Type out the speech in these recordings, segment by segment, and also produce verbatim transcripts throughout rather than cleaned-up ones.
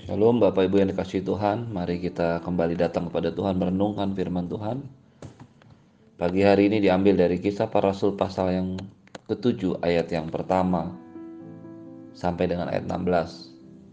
Shalom Bapak Ibu yang dikasihi Tuhan, mari kita kembali datang kepada Tuhan merenungkan firman Tuhan. Pagi hari ini diambil dari Kisah Para Rasul pasal yang ketujuh ayat yang pertama sampai dengan ayat enam belas.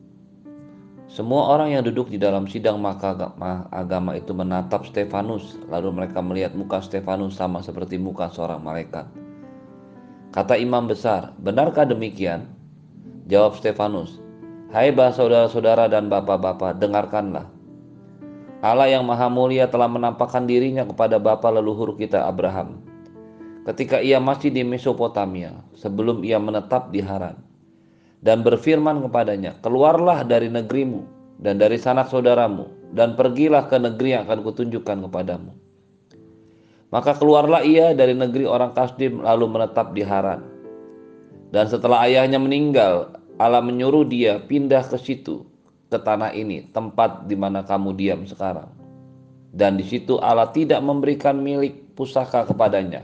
Semua orang yang duduk di dalam sidang mahkamah agama itu menatap Stefanus, lalu mereka melihat muka Stefanus sama seperti muka seorang malaikat. Kata imam besar, "Benarkah demikian?" Jawab Stefanus, "Hai saudara-saudara dan bapak-bapak, dengarkanlah. Allah yang maha mulia telah menampakkan dirinya kepada bapa leluhur kita Abraham ketika ia masih di Mesopotamia sebelum ia menetap di Haran, dan berfirman kepadanya, keluarlah dari negerimu dan dari sanak saudaramu dan pergilah ke negeri yang akan kutunjukkan kepadamu. Maka keluarlah ia dari negeri orang Kasdim lalu menetap di Haran. Dan setelah ayahnya meninggal, Allah menyuruh dia pindah ke situ, ke tanah ini, tempat di mana kamu diam sekarang. Dan di situ Allah tidak memberikan milik pusaka kepadanya,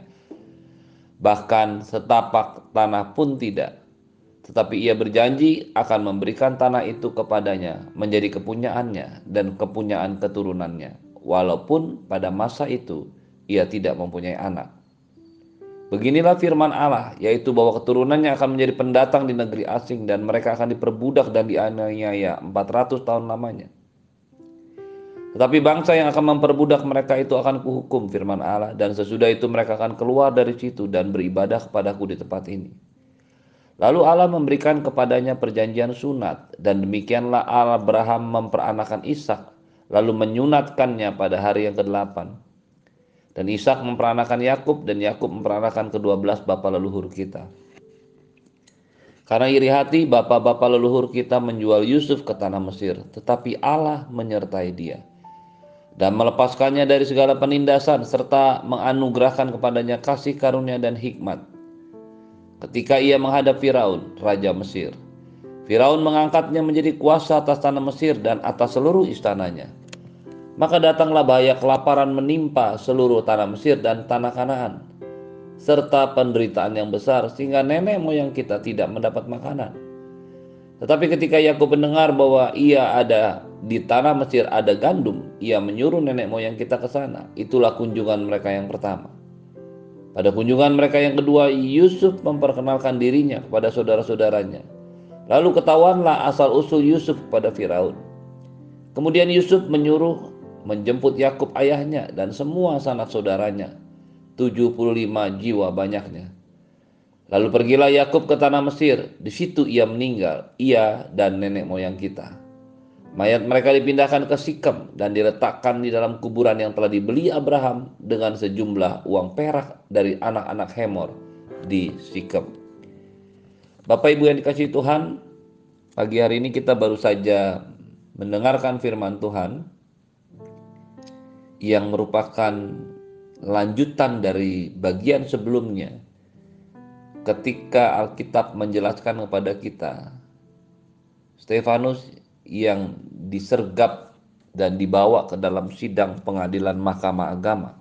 bahkan setapak tanah pun tidak. Tetapi ia berjanji akan memberikan tanah itu kepadanya menjadi kepunyaannya dan kepunyaan keturunannya, walaupun pada masa itu ia tidak mempunyai anak. Beginilah firman Allah, yaitu bahwa keturunannya akan menjadi pendatang di negeri asing dan mereka akan diperbudak dan dianiaya empat ratus tahun lamanya. Tetapi bangsa yang akan memperbudak mereka itu akan kuhukum, firman Allah, dan sesudah itu mereka akan keluar dari situ dan beribadah kepadaku di tempat ini. Lalu Allah memberikan kepadanya perjanjian sunat, dan demikianlah Allah Abraham memperanakan Ishak, lalu menyunatkannya pada hari yang kedelapan. Dan Ishak memperanakan Yakub, dan Yakub memperanakan kedua belas bapa leluhur kita. Karena iri hati, bapa-bapa leluhur kita menjual Yusuf ke tanah Mesir, tetapi Allah menyertai dia dan melepaskannya dari segala penindasan serta menganugerahkan kepadanya kasih karunia dan hikmat. Ketika ia menghadap Firaun, raja Mesir, Firaun mengangkatnya menjadi kuasa atas tanah Mesir dan atas seluruh istananya. Maka datanglah bahaya kelaparan menimpa seluruh tanah Mesir dan tanah Kanaan, serta penderitaan yang besar sehingga nenek moyang kita tidak mendapat makanan. Tetapi ketika Yakub mendengar bahwa ia ada di tanah Mesir ada gandum, ia menyuruh nenek moyang kita ke sana. Itulah kunjungan mereka yang pertama. Pada kunjungan mereka yang kedua, Yusuf memperkenalkan dirinya kepada saudara-saudaranya. Lalu ketahuanlah asal-usul Yusuf kepada Firaun. Kemudian Yusuf menyuruh menjemput Yakub ayahnya dan semua sanak saudaranya, tujuh puluh lima jiwa banyaknya. Lalu pergilah Yakub ke tanah Mesir, di situ ia meninggal, ia dan nenek moyang kita. Mayat mereka dipindahkan ke Sikem dan diletakkan di dalam kuburan yang telah dibeli Abraham dengan sejumlah uang perak dari anak-anak Hemor di Sikem. Bapak Ibu yang dikasihi Tuhan, pagi hari ini kita baru saja mendengarkan firman Tuhan yang merupakan lanjutan dari bagian sebelumnya ketika Alkitab menjelaskan kepada kita Stefanus yang disergap dan dibawa ke dalam sidang pengadilan mahkamah agama.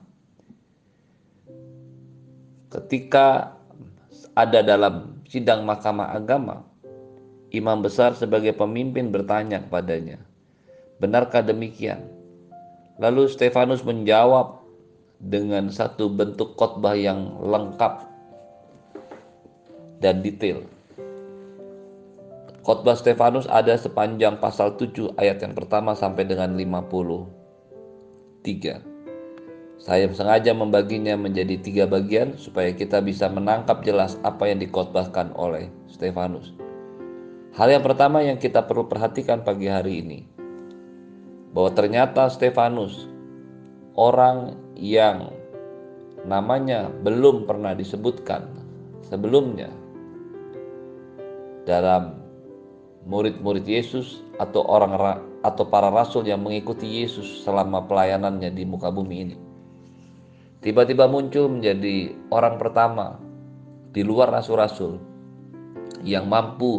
Ketika ada dalam sidang mahkamah agama, imam besar sebagai pemimpin bertanya kepadanya, benarkah demikian? Lalu Stefanus menjawab dengan satu bentuk khotbah yang lengkap dan detail. Khotbah Stefanus ada sepanjang pasal tujuh ayat yang pertama sampai dengan lima puluh tiga. Saya sengaja membaginya menjadi tiga bagian supaya kita bisa menangkap jelas apa yang dikhotbahkan oleh Stefanus. Hal yang pertama yang kita perlu perhatikan pagi hari ini, bahwa ternyata Stefanus, orang yang namanya belum pernah disebutkan sebelumnya dalam murid-murid Yesus atau orang atau para rasul yang mengikuti Yesus selama pelayanannya di muka bumi ini, tiba-tiba muncul menjadi orang pertama di luar rasul-rasul yang mampu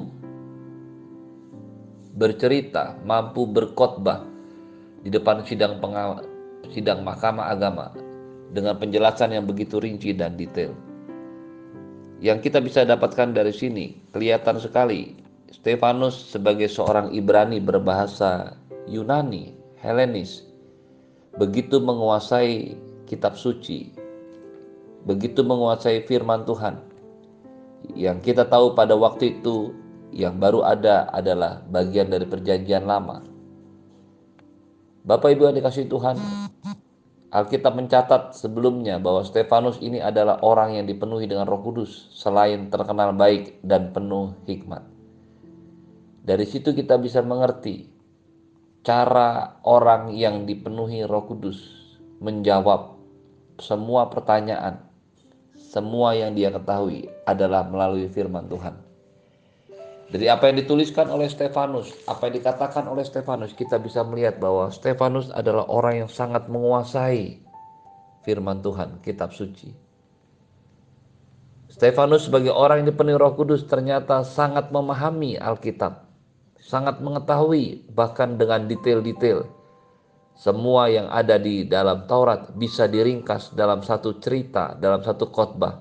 bercerita, mampu berkhotbah di depan sidang pengal, sidang mahkamah agama dengan penjelasan yang begitu rinci dan detail. Yang kita bisa dapatkan dari sini kelihatan sekali Stefanus sebagai seorang Ibrani berbahasa Yunani, Helenis, begitu menguasai kitab suci, begitu menguasai firman Tuhan. Yang kita tahu pada waktu itu yang baru ada adalah bagian dari perjanjian lama. Bapak Ibu yang dikasihi Tuhan, Alkitab mencatat sebelumnya bahwa Stefanus ini adalah orang yang dipenuhi dengan Roh Kudus, selain terkenal baik dan penuh hikmat. Dari situ kita bisa mengerti cara orang yang dipenuhi Roh Kudus menjawab semua pertanyaan, semua yang dia ketahui adalah melalui firman Tuhan. Dari apa yang dituliskan oleh Stefanus, apa yang dikatakan oleh Stefanus, kita bisa melihat bahwa Stefanus adalah orang yang sangat menguasai firman Tuhan, kitab suci. Stefanus sebagai orang yang dipenuhi Roh Kudus ternyata sangat memahami Alkitab, sangat mengetahui bahkan dengan detail-detail. Semua yang ada di dalam Taurat bisa diringkas dalam satu cerita, dalam satu khotbah.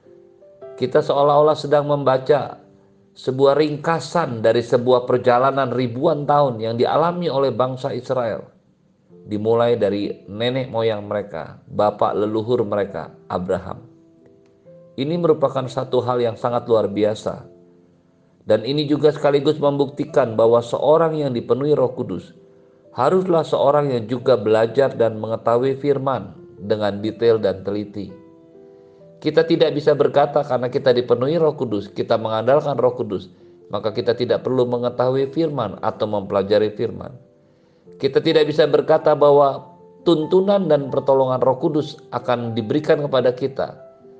Kita seolah-olah sedang membaca sebuah ringkasan dari sebuah perjalanan ribuan tahun yang dialami oleh bangsa Israel. Dimulai dari nenek moyang mereka, bapak leluhur mereka, Abraham. Ini merupakan satu hal yang sangat luar biasa. Dan ini juga sekaligus membuktikan bahwa seorang yang dipenuhi Roh Kudus haruslah seorang yang juga belajar dan mengetahui firman dengan detail dan teliti. Kita tidak bisa berkata karena kita dipenuhi Roh Kudus, kita mengandalkan Roh Kudus, maka kita tidak perlu mengetahui firman atau mempelajari firman. Kita tidak bisa berkata bahwa tuntunan dan pertolongan Roh Kudus akan diberikan kepada kita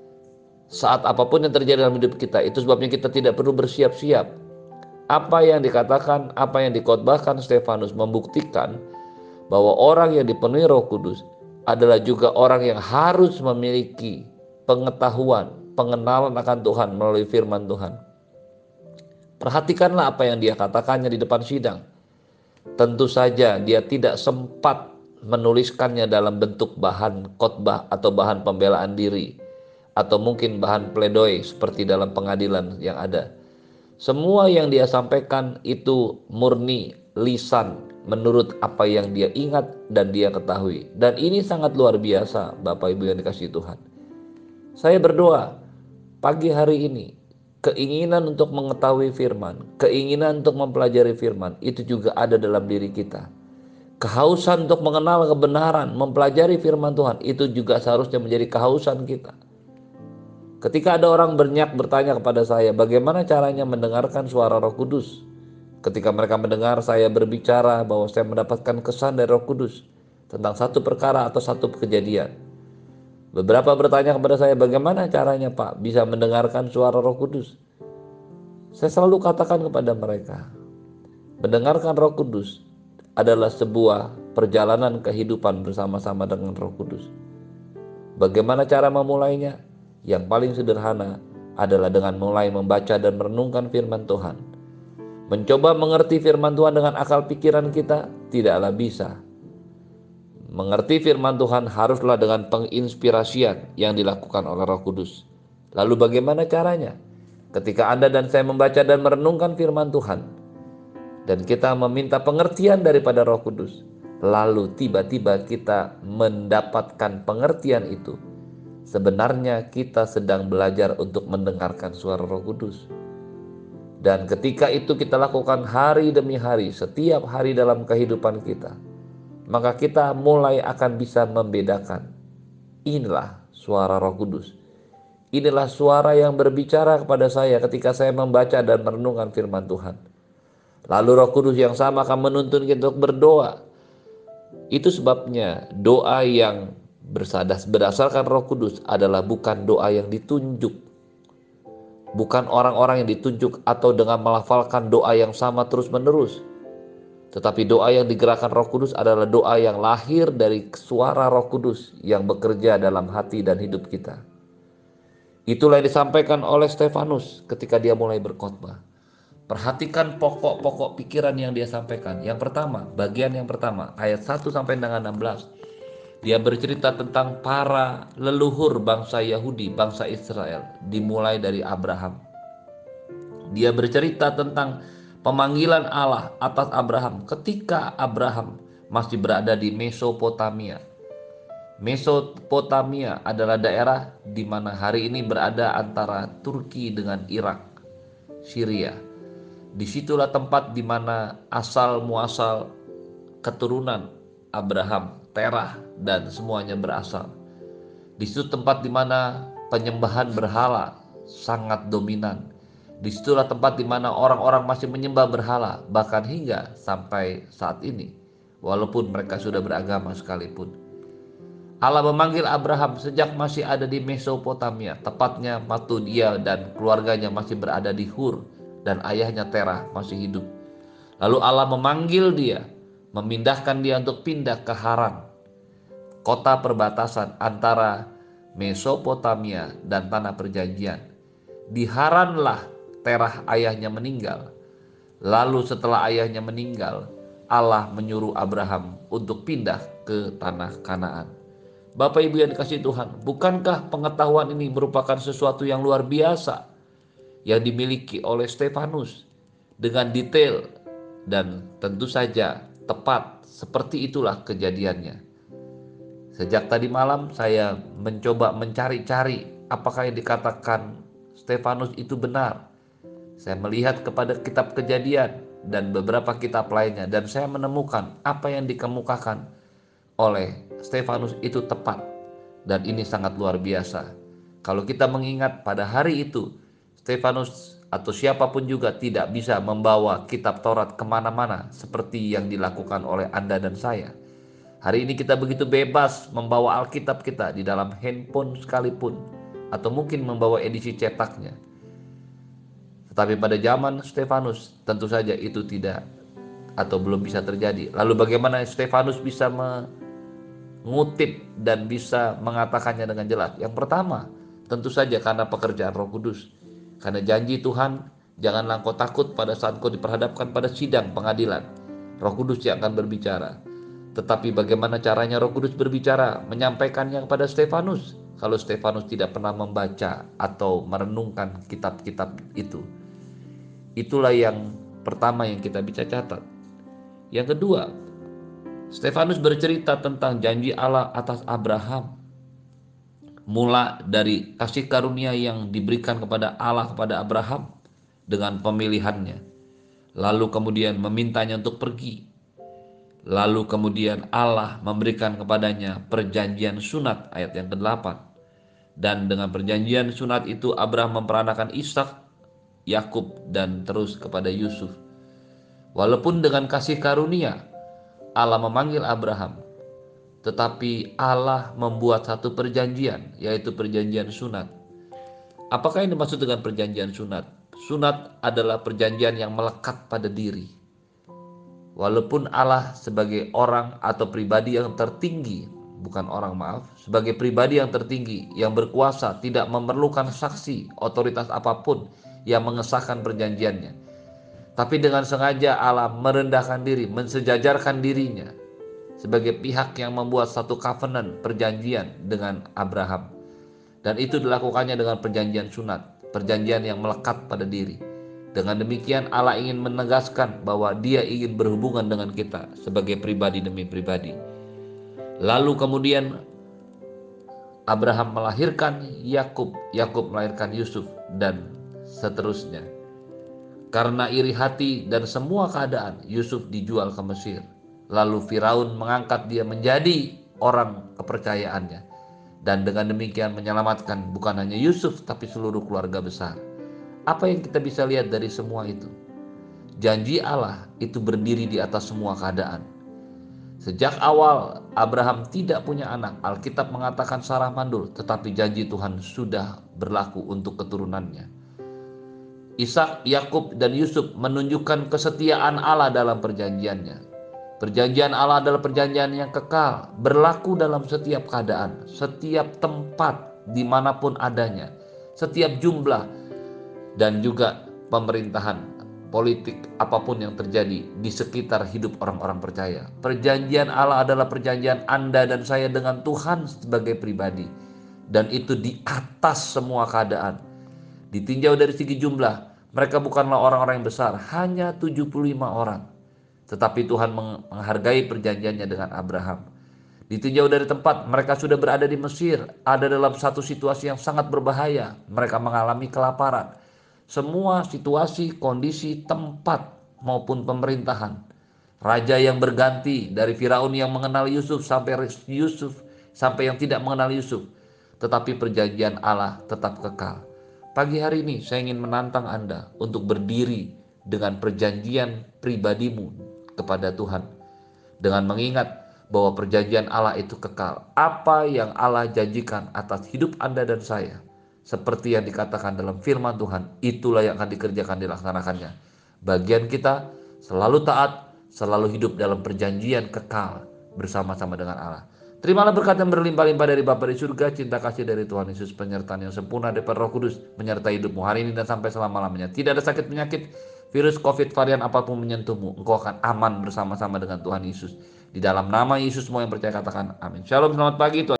saat apapun yang terjadi dalam hidup kita. Itu sebabnya kita tidak perlu bersiap-siap. Apa yang dikatakan, apa yang dikhotbahkan Stefanus membuktikan bahwa orang yang dipenuhi Roh Kudus adalah juga orang yang harus memiliki pengetahuan, pengenalan akan Tuhan melalui firman Tuhan. Perhatikanlah apa yang dia katakannya di depan sidang. Tentu saja dia tidak sempat menuliskannya dalam bentuk bahan khotbah atau bahan pembelaan diri, atau mungkin bahan pledoi seperti dalam pengadilan yang ada. Semua yang dia sampaikan itu murni lisan menurut apa yang dia ingat dan dia ketahui. Dan ini sangat luar biasa, Bapak Ibu yang dikasihi Tuhan. Saya berdoa pagi hari ini, keinginan untuk mengetahui firman, keinginan untuk mempelajari firman itu juga ada dalam diri kita. Kehausan untuk mengenal kebenaran, mempelajari firman Tuhan itu juga seharusnya menjadi kehausan kita. Ketika ada orang bernyak bertanya kepada saya, bagaimana caranya mendengarkan suara Roh Kudus? Ketika mereka mendengar saya berbicara bahwa saya mendapatkan kesan dari Roh Kudus tentang satu perkara atau satu kejadian. Beberapa bertanya kepada saya, bagaimana caranya Pak bisa mendengarkan suara Roh Kudus? Saya selalu katakan kepada mereka, mendengarkan Roh Kudus adalah sebuah perjalanan kehidupan bersama-sama dengan Roh Kudus. Bagaimana cara memulainya? Yang paling sederhana adalah dengan mulai membaca dan merenungkan firman Tuhan. Mencoba mengerti firman Tuhan dengan akal pikiran kita tidaklah bisa. Mengerti firman Tuhan haruslah dengan penginspirasian yang dilakukan oleh Roh Kudus. Lalu bagaimana caranya? Ketika Anda dan saya membaca dan merenungkan firman Tuhan, dan kita meminta pengertian daripada Roh Kudus, lalu tiba-tiba kita mendapatkan pengertian itu, sebenarnya kita sedang belajar untuk mendengarkan suara Roh Kudus. Dan ketika itu kita lakukan hari demi hari, setiap hari dalam kehidupan kita, maka kita mulai akan bisa membedakan. Inilah suara Roh Kudus. Inilah suara yang berbicara kepada saya ketika saya membaca dan merenungkan firman Tuhan. Lalu Roh Kudus yang sama akan menuntun kita untuk berdoa. Itu sebabnya doa yang bersadas berdasarkan Roh Kudus adalah bukan doa yang ditunjuk. Bukan orang-orang yang ditunjuk atau dengan melafalkan doa yang sama terus-menerus. Tetapi doa yang digerakkan Roh Kudus adalah doa yang lahir dari suara Roh Kudus yang bekerja dalam hati dan hidup kita. Itulah yang disampaikan oleh Stefanus ketika dia mulai berkhotbah. Perhatikan pokok-pokok pikiran yang dia sampaikan. Yang pertama, bagian yang pertama, ayat satu sampai dengan enam belas. Dia bercerita tentang para leluhur bangsa Yahudi, bangsa Israel, dimulai dari Abraham. Dia bercerita tentang Pemanggilan Allah atas Abraham ketika Abraham masih berada di Mesopotamia. Mesopotamia adalah daerah di mana hari ini berada antara Turki dengan Irak, Syria. Disitulah tempat di mana asal muasal keturunan Abraham, Terah, dan semuanya berasal. Di situ tempat di mana penyembahan berhala sangat dominan. Disitulah tempat di mana orang-orang masih menyembah berhala, bahkan hingga sampai saat ini, walaupun mereka sudah beragama sekalipun. Allah memanggil Abraham sejak masih ada di Mesopotamia, tepatnya waktu dia dan keluarganya masih berada di Hur dan ayahnya Terah masih hidup. Lalu Allah memanggil dia, memindahkan dia untuk pindah ke Haran, kota perbatasan antara Mesopotamia dan tanah perjanjian. Di Haranlah Terah ayahnya meninggal. Lalu setelah ayahnya meninggal, Allah menyuruh Abraham untuk pindah ke tanah Kanaan. Bapak Ibu yang dikasihi Tuhan, bukankah pengetahuan ini merupakan sesuatu yang luar biasa yang dimiliki oleh Stefanus dengan detail dan tentu saja tepat, seperti itulah kejadiannya. Sejak tadi malam saya mencoba mencari-cari apakah yang dikatakan Stefanus itu benar. Saya melihat kepada kitab Kejadian dan beberapa kitab lainnya, dan saya menemukan apa yang dikemukakan oleh Stefanus itu tepat. Dan ini sangat luar biasa. Kalau kita mengingat pada hari itu, Stefanus atau siapapun juga tidak bisa membawa kitab Taurat kemana-mana seperti yang dilakukan oleh Anda dan saya. Hari ini kita begitu bebas membawa Alkitab kita di dalam handphone sekalipun, atau mungkin membawa edisi cetaknya. Tetapi pada zaman Stefanus tentu saja itu tidak atau belum bisa terjadi. Lalu bagaimana Stefanus bisa mengutip dan bisa mengatakannya dengan jelas? Yang pertama, tentu saja karena pekerjaan Roh Kudus. Karena janji Tuhan, janganlah engkau takut pada saat kau diperhadapkan pada sidang pengadilan. Roh Kudus yang akan berbicara. Tetapi bagaimana caranya Roh Kudus berbicara? Menyampaikannya kepada Stefanus. Kalau Stefanus tidak pernah membaca atau merenungkan kitab-kitab itu. Itulah yang pertama yang kita bisa catat. Yang kedua, Stefanus bercerita tentang janji Allah atas Abraham. Mula dari kasih karunia yang diberikan kepada Allah kepada Abraham dengan pemilihannya. Lalu kemudian memintanya untuk pergi. Lalu kemudian Allah memberikan kepadanya perjanjian sunat, ayat yang kedelapan. Dan dengan perjanjian sunat itu Abraham memperanakan Ishak, Yakub, dan terus kepada Yusuf. Walaupun dengan kasih karunia Allah memanggil Abraham, tetapi Allah membuat satu perjanjian, yaitu perjanjian sunat. Apakah yang dimaksud dengan perjanjian sunat? Sunat adalah perjanjian yang melekat pada diri. Walaupun Allah sebagai orang atau pribadi yang tertinggi, bukan orang maaf, sebagai pribadi yang tertinggi, yang berkuasa, tidak memerlukan saksi, otoritas apapun yang mengesahkan perjanjiannya. Tapi dengan sengaja Allah merendahkan diri, mensejajarkan dirinya sebagai pihak yang membuat satu covenant, perjanjian dengan Abraham. Dan itu dilakukannya dengan perjanjian sunat, perjanjian yang melekat pada diri. Dengan demikian Allah ingin menegaskan bahwa dia ingin berhubungan dengan kita sebagai pribadi demi pribadi. Lalu kemudian Abraham melahirkan Yakub, Yakub melahirkan Yusuf, dan seterusnya. Karena iri hati dan semua keadaan, Yusuf dijual ke Mesir. Lalu Firaun mengangkat dia menjadi orang kepercayaannya. Dan dengan demikian menyelamatkan bukan hanya Yusuf tapi seluruh keluarga besar. Apa yang kita bisa lihat dari semua itu? Janji Allah itu berdiri di atas semua keadaan. Sejak awal Abraham tidak punya anak, Alkitab mengatakan Sarah mandul, tetapi janji Tuhan sudah berlaku untuk keturunannya. Ishak, Yakub, dan Yusuf menunjukkan kesetiaan Allah dalam perjanjiannya. Perjanjian Allah adalah perjanjian yang kekal, berlaku dalam setiap keadaan, setiap tempat, dimanapun adanya, setiap jumlah, dan juga pemerintahan politik apapun yang terjadi di sekitar hidup orang-orang percaya. Perjanjian Allah adalah perjanjian Anda dan saya dengan Tuhan sebagai pribadi, dan itu di atas semua keadaan. Ditinjau dari segi jumlah, Mereka bukanlah orang-orang yang besar, hanya tujuh puluh lima orang. Tetapi Tuhan menghargai perjanjiannya dengan Abraham. Ditinjau dari tempat, mereka sudah berada di Mesir, ada dalam satu situasi yang sangat berbahaya. Mereka mengalami kelaparan. Semua situasi, kondisi, tempat maupun pemerintahan. Raja yang berganti dari Firaun yang mengenal Yusuf sampai Yusuf sampai yang tidak mengenal Yusuf. Tetapi perjanjian Allah tetap kekal. Pagi hari ini saya ingin menantang Anda untuk berdiri dengan perjanjian pribadimu kepada Tuhan, dengan mengingat bahwa perjanjian Allah itu kekal. Apa yang Allah janjikan atas hidup Anda dan saya, seperti yang dikatakan dalam firman Tuhan, itulah yang akan dikerjakan, dilaksanakannya. Bagian kita selalu taat, selalu hidup dalam perjanjian kekal bersama-sama dengan Allah. Terimalah berkat yang berlimpah-limpah dari Bapa di surga, cinta kasih dari Tuhan Yesus, penyertaan yang sempurna dari Roh Kudus menyertai hidupmu hari ini dan sampai selama-lamanya. Tidak ada sakit penyakit, virus COVID varian apapun menyentuhmu, engkau akan aman bersama-sama dengan Tuhan Yesus. Di dalam nama Yesus semua yang percaya katakan amin. Shalom, selamat pagi Tuhan.